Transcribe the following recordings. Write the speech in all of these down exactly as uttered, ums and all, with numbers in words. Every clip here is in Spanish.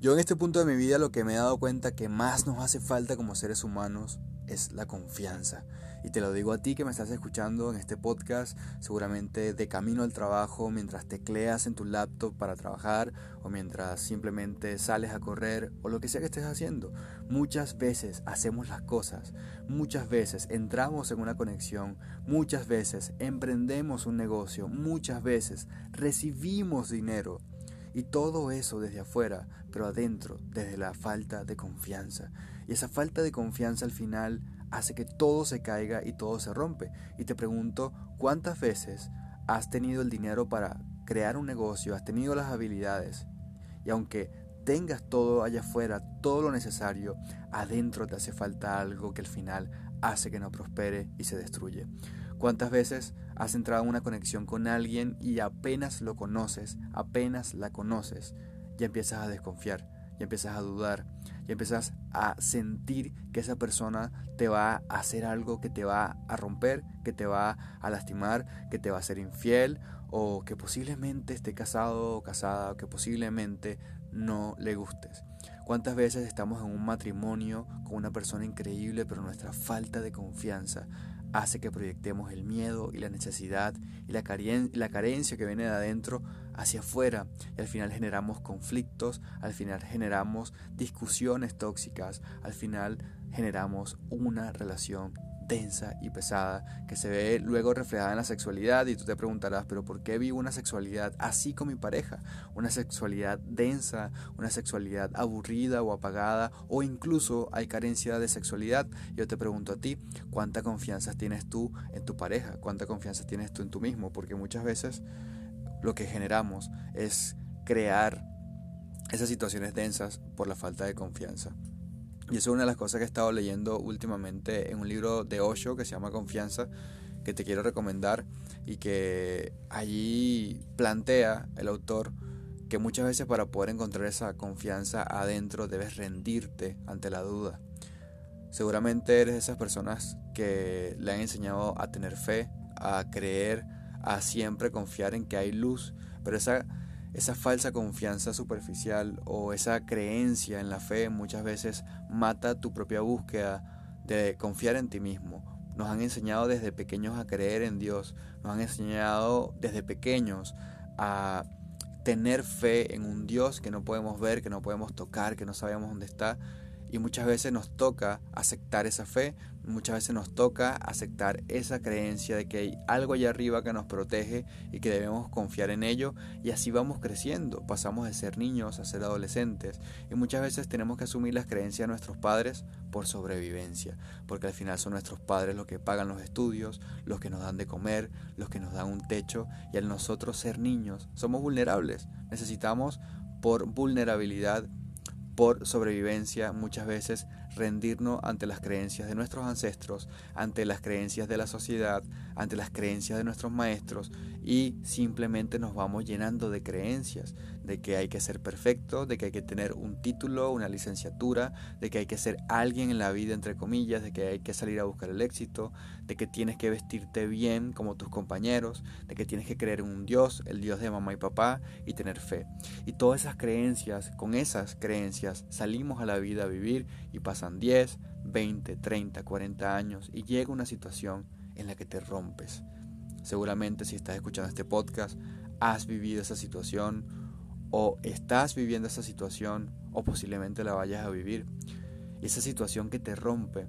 Yo en este punto de mi vida lo que me he dado cuenta que más nos hace falta como seres humanos es la confianza. Y te lo digo a ti que me estás escuchando en este podcast, seguramente de camino al trabajo, mientras tecleas en tu laptop para trabajar o mientras simplemente sales a correr o lo que sea que estés haciendo. Muchas veces hacemos las cosas, muchas veces entramos en una conexión, muchas veces emprendemos un negocio, muchas veces recibimos dinero. Y todo eso desde afuera, pero adentro, desde la falta de confianza. Y esa falta de confianza al final hace que todo se caiga y todo se rompe. Y te pregunto, ¿cuántas veces has tenido el dinero para crear un negocio? ¿Has tenido las habilidades? Y aunque tengas todo allá afuera, todo lo necesario, adentro te hace falta algo que al final hace que no prospere y se destruye. ¿Cuántas veces has entrado en una conexión con alguien y apenas lo conoces, apenas la conoces, ya empiezas a desconfiar, ya empiezas a dudar, ya empiezas a sentir que esa persona te va a hacer algo que te va a romper, que te va a lastimar, que te va a ser infiel o que posiblemente esté casado o casada o que posiblemente no le gustes? ¿Cuántas veces estamos en un matrimonio con una persona increíble, pero nuestra falta de confianza hace que proyectemos el miedo y la necesidad y la, caren- la carencia que viene de adentro hacia afuera? Y al final generamos conflictos, al final generamos discusiones tóxicas, al final generamos una relación densa y pesada que se ve luego reflejada en la sexualidad. Y tú te preguntarás, pero ¿por qué vivo una sexualidad así con mi pareja? Una sexualidad densa, una sexualidad aburrida o apagada, o incluso hay carencia de sexualidad. Yo te pregunto a ti, ¿cuánta confianza tienes tú en tu pareja? ¿Cuánta confianza tienes tú en tú mismo? Porque muchas veces lo que generamos es crear esas situaciones densas por la falta de confianza. Y eso es una de las cosas que he estado leyendo últimamente en un libro de Osho que se llama Confianza, que te quiero recomendar y que allí plantea el autor que muchas veces para poder encontrar esa confianza adentro debes rendirte ante la duda. Seguramente eres de esas personas que le han enseñado a tener fe, a creer, a siempre confiar en que hay luz, pero esa esa falsa confianza superficial o esa creencia en la fe muchas veces mata tu propia búsqueda de confiar en ti mismo. Nos han enseñado desde pequeños a creer en Dios, nos han enseñado desde pequeños a tener fe en un Dios que no podemos ver, que no podemos tocar, que no sabemos dónde está. Y muchas veces nos toca aceptar esa fe, muchas veces nos toca aceptar esa creencia de que hay algo allá arriba que nos protege y que debemos confiar en ello, y así vamos creciendo, pasamos de ser niños a ser adolescentes, y muchas veces tenemos que asumir las creencias de nuestros padres por sobrevivencia, porque al final son nuestros padres los que pagan los estudios, los que nos dan de comer, los que nos dan un techo, y al nosotros ser niños somos vulnerables, necesitamos por vulnerabilidad, por sobrevivencia, muchas veces rendirnos ante las creencias de nuestros ancestros, ante las creencias de la sociedad, ante las creencias de nuestros maestros, y simplemente nos vamos llenando de creencias, de que hay que ser perfecto, de que hay que tener un título, una licenciatura, de que hay que ser alguien en la vida, entre comillas, de que hay que salir a buscar el éxito, de que tienes que vestirte bien como tus compañeros, de que tienes que creer en un Dios, el Dios de mamá y papá, y tener fe. Y todas esas creencias, con esas creencias salimos a la vida a vivir y pasan diez, veinte, treinta, cuarenta años y llega una situación en la que te rompes. Seguramente si estás escuchando este podcast has vivido esa situación o estás viviendo esa situación o posiblemente la vayas a vivir. Y esa situación que te rompe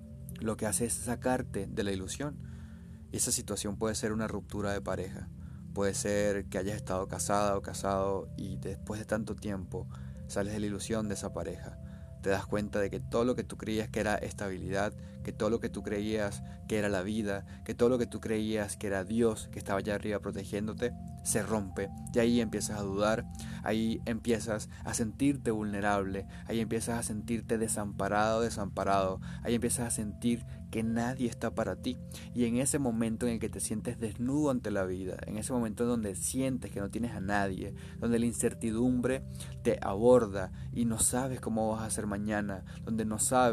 lo que hace es sacarte de la ilusión. Y esa situación puede ser una ruptura de pareja, puede ser que hayas estado casada o casado y después de tanto tiempo sales de la ilusión de esa pareja. Te das cuenta de que todo lo que tú creías que era estabilidad, que todo lo que tú creías que era la vida, que todo lo que tú creías que era Dios que estaba allá arriba protegiéndote, se rompe. Y ahí empiezas a dudar, ahí empiezas a sentirte vulnerable, ahí empiezas a sentirte desamparado, desamparado, ahí empiezas a sentir que nadie está para ti. Y en ese momento en el que te sientes desnudo ante la vida, en ese momento donde sientes que no tienes a nadie, donde la incertidumbre te aborda y no sabes cómo vas a hacer mañana, donde no sabes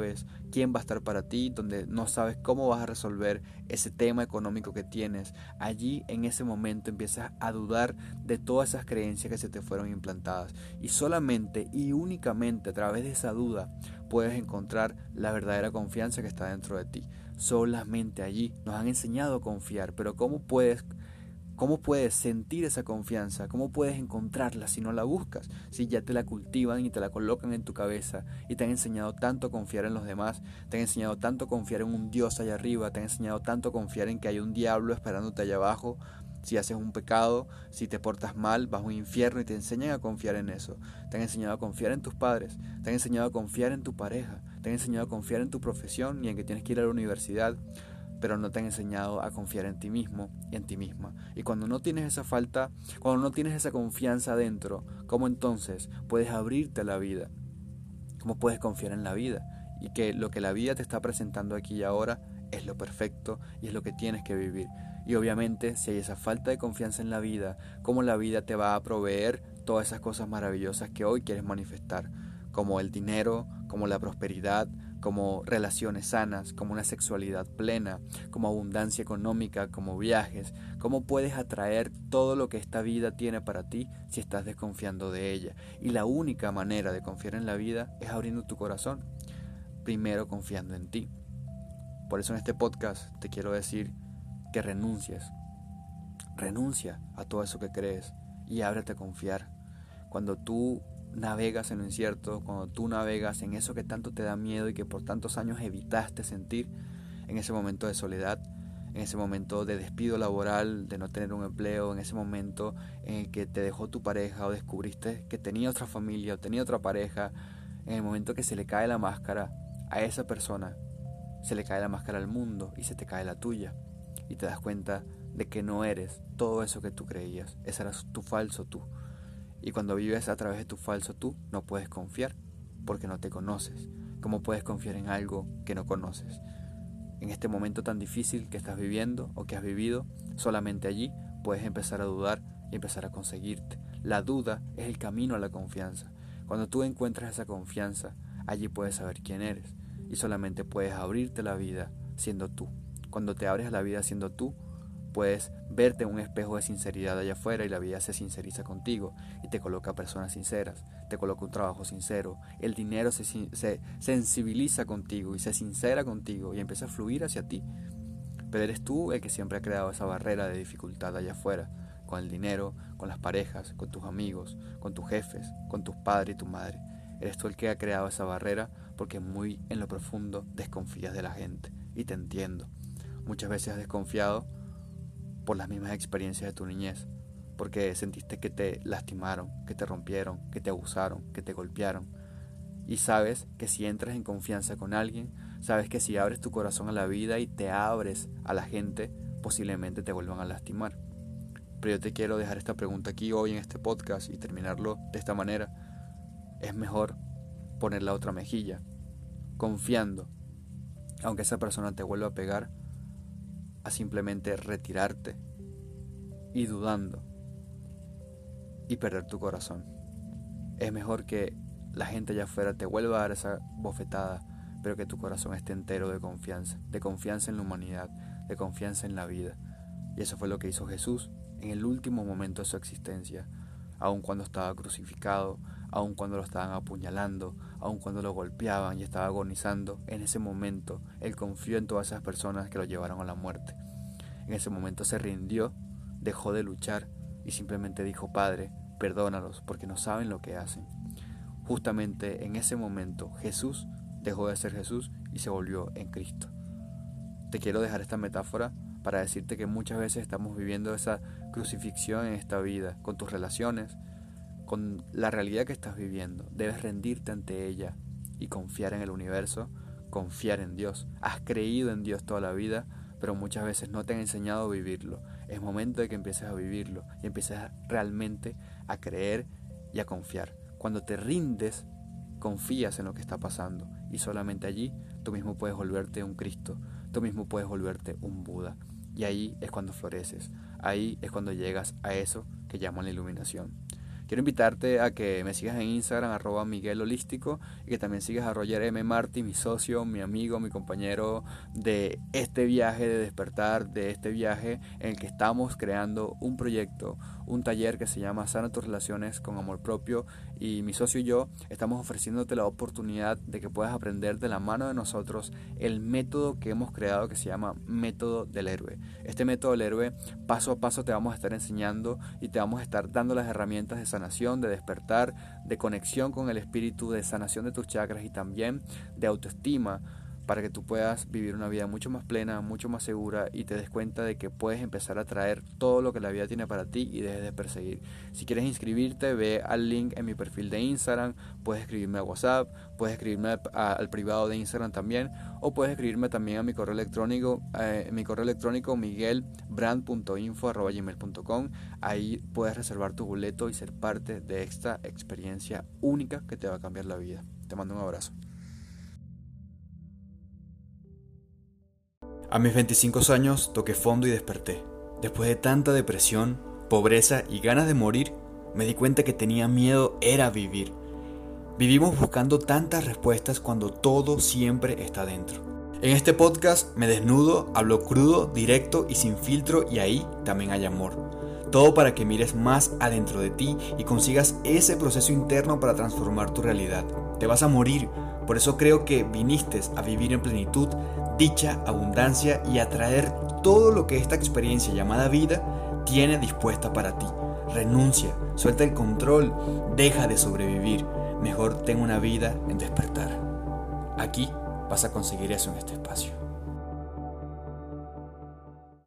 quién va a estar para ti, donde no sabes cómo vas a resolver ese tema económico que tienes. Allí en ese momento empiezas a dudar de todas esas creencias que se te fueron implantadas. Y solamente y únicamente a través de esa duda puedes encontrar la verdadera confianza que está dentro de ti. Solamente allí nos han enseñado a confiar, pero ¿cómo puedes ¿Cómo puedes sentir esa confianza? ¿Cómo puedes encontrarla si no la buscas? Si ya te la cultivan y te la colocan en tu cabeza y te han enseñado tanto a confiar en los demás, te han enseñado tanto a confiar en un Dios allá arriba, te han enseñado tanto a confiar en que hay un diablo esperándote allá abajo. Si haces un pecado, si te portas mal, vas a un infierno y te enseñan a confiar en eso. Te han enseñado a confiar en tus padres, te han enseñado a confiar en tu pareja, te han enseñado a confiar en tu profesión y en que tienes que ir a la universidad, pero no te han enseñado a confiar en ti mismo y en ti misma. Y cuando no tienes esa falta, cuando no tienes esa confianza adentro, ¿cómo entonces puedes abrirte a la vida? ¿Cómo puedes confiar en la vida? Y que lo que la vida te está presentando aquí y ahora es lo perfecto y es lo que tienes que vivir. Y obviamente, si hay esa falta de confianza en la vida, ¿cómo la vida te va a proveer todas esas cosas maravillosas que hoy quieres manifestar? Como el dinero, como la prosperidad, como relaciones sanas, como una sexualidad plena, como abundancia económica, como viajes. ¿Cómo puedes atraer todo lo que esta vida tiene para ti si estás desconfiando de ella? Y la única manera de confiar en la vida es abriendo tu corazón, primero confiando en ti. Por eso en este podcast te quiero decir que renuncies, renuncia a todo eso que crees y ábrete a confiar. Cuando tú navegas en lo incierto, cuando tú navegas en eso que tanto te da miedo y que por tantos años evitaste sentir, en ese momento de soledad, en ese momento de despido laboral, de no tener un empleo, en ese momento en el que te dejó tu pareja o descubriste que tenía otra familia o tenía otra pareja, en el momento que se le cae la máscara a esa persona, se le cae la máscara al mundo y se te cae la tuya y te das cuenta de que no eres todo eso que tú creías, ese era tu falso tú. Y cuando vives a través de tu falso tú, no puedes confiar, porque no te conoces. ¿Cómo puedes confiar en algo que no conoces? En este momento tan difícil que estás viviendo o que has vivido, solamente allí puedes empezar a dudar y empezar a conseguirte. La duda es el camino a la confianza. Cuando tú encuentras esa confianza, allí puedes saber quién eres y solamente puedes abrirte la vida siendo tú. Cuando te abres a la vida siendo tú, puedes verte en un espejo de sinceridad allá afuera y la vida se sinceriza contigo y te coloca personas sinceras, te coloca un trabajo sincero, el dinero se, se sensibiliza contigo y se sincera contigo y empieza a fluir hacia ti. Pero eres tú el que siempre ha creado esa barrera de dificultad allá afuera, con el dinero, con las parejas, con tus amigos, con tus jefes, con tus padres y tu madre. Eres tú el que ha creado esa barrera porque muy en lo profundo desconfías de la gente y te entiendo. Muchas veces has desconfiado por las mismas experiencias de tu niñez, porque sentiste que te lastimaron, que te rompieron, que te abusaron, que te golpearon. Y sabes que si entras en confianza con alguien, sabes que si abres tu corazón a la vida y te abres a la gente, posiblemente te vuelvan a lastimar. Pero yo te quiero dejar esta pregunta aquí hoy en este podcast y terminarlo de esta manera. Es mejor poner la otra mejilla, confiando, aunque esa persona te vuelva a pegar, a simplemente retirarte y dudando y perder tu corazón. Es mejor que la gente allá afuera te vuelva a dar esa bofetada, pero que tu corazón esté entero de confianza, de confianza en la humanidad, de confianza en la vida. Y eso fue lo que hizo Jesús en el último momento de su existencia, aun cuando estaba crucificado, aun cuando lo estaban apuñalando, aun cuando lo golpeaban y estaba agonizando. En ese momento Él confió en todas esas personas que lo llevaron a la muerte. En ese momento se rindió, dejó de luchar y simplemente dijo: Padre, perdónalos porque no saben lo que hacen. Justamente en ese momento Jesús dejó de ser Jesús y se volvió en Cristo. Te quiero dejar esta metáfora para decirte que muchas veces estamos viviendo esa crucifixión en esta vida, con tus relaciones, con la realidad que estás viviendo. Debes rendirte ante ella y confiar en el universo, confiar en Dios. Has creído en Dios toda la vida, pero muchas veces no te han enseñado a vivirlo. Es momento de que empieces a vivirlo y empieces realmente a creer y a confiar. Cuando te rindes, confías en lo que está pasando y solamente allí tú mismo puedes volverte un Cristo, tú mismo puedes volverte un Buda. Y ahí es cuando floreces, ahí es cuando llegas a eso que llaman la iluminación. Quiero invitarte a que me sigas en Instagram, arroba Miguel Holístico, y que también sigas a Roger M. Martí, mi socio, mi amigo, mi compañero de este viaje de despertar, de este viaje en el que estamos creando un proyecto, un taller que se llama Sana tus relaciones con amor propio, y mi socio y yo estamos ofreciéndote la oportunidad de que puedas aprender de la mano de nosotros el método que hemos creado que se llama Método del Héroe. Este Método del Héroe, paso a paso te vamos a estar enseñando y te vamos a estar dando las herramientas de sanación, de despertar, de conexión con el espíritu, de sanación de tus chakras y también de autoestima, para que tú puedas vivir una vida mucho más plena, mucho más segura y te des cuenta de que puedes empezar a traer todo lo que la vida tiene para ti y dejes de perseguir. Si quieres inscribirte, ve al link en mi perfil de Instagram, puedes escribirme a WhatsApp, puedes escribirme a, a, al privado de Instagram también, o puedes escribirme también a mi correo electrónico, eh, mi correo electrónico miguelbrand punto info arroba gmail punto com. Ahí puedes reservar tu boleto y ser parte de esta experiencia única que te va a cambiar la vida. Te mando un abrazo. A mis veinticinco años toqué fondo y desperté. Después de tanta depresión, pobreza y ganas de morir, me di cuenta que tenía miedo era vivir. Vivimos buscando tantas respuestas cuando todo siempre está dentro. En este podcast me desnudo, hablo crudo, directo y sin filtro, y ahí también hay amor. Todo para que mires más adentro de ti y consigas ese proceso interno para transformar tu realidad. Te vas a morir, por eso creo que viniste a vivir en plenitud, dicha, abundancia y a traer todo lo que esta experiencia llamada vida tiene dispuesta para ti. Renuncia, suelta el control, deja de sobrevivir. Mejor ten una vida en despertar. Aquí vas a conseguir eso en este espacio.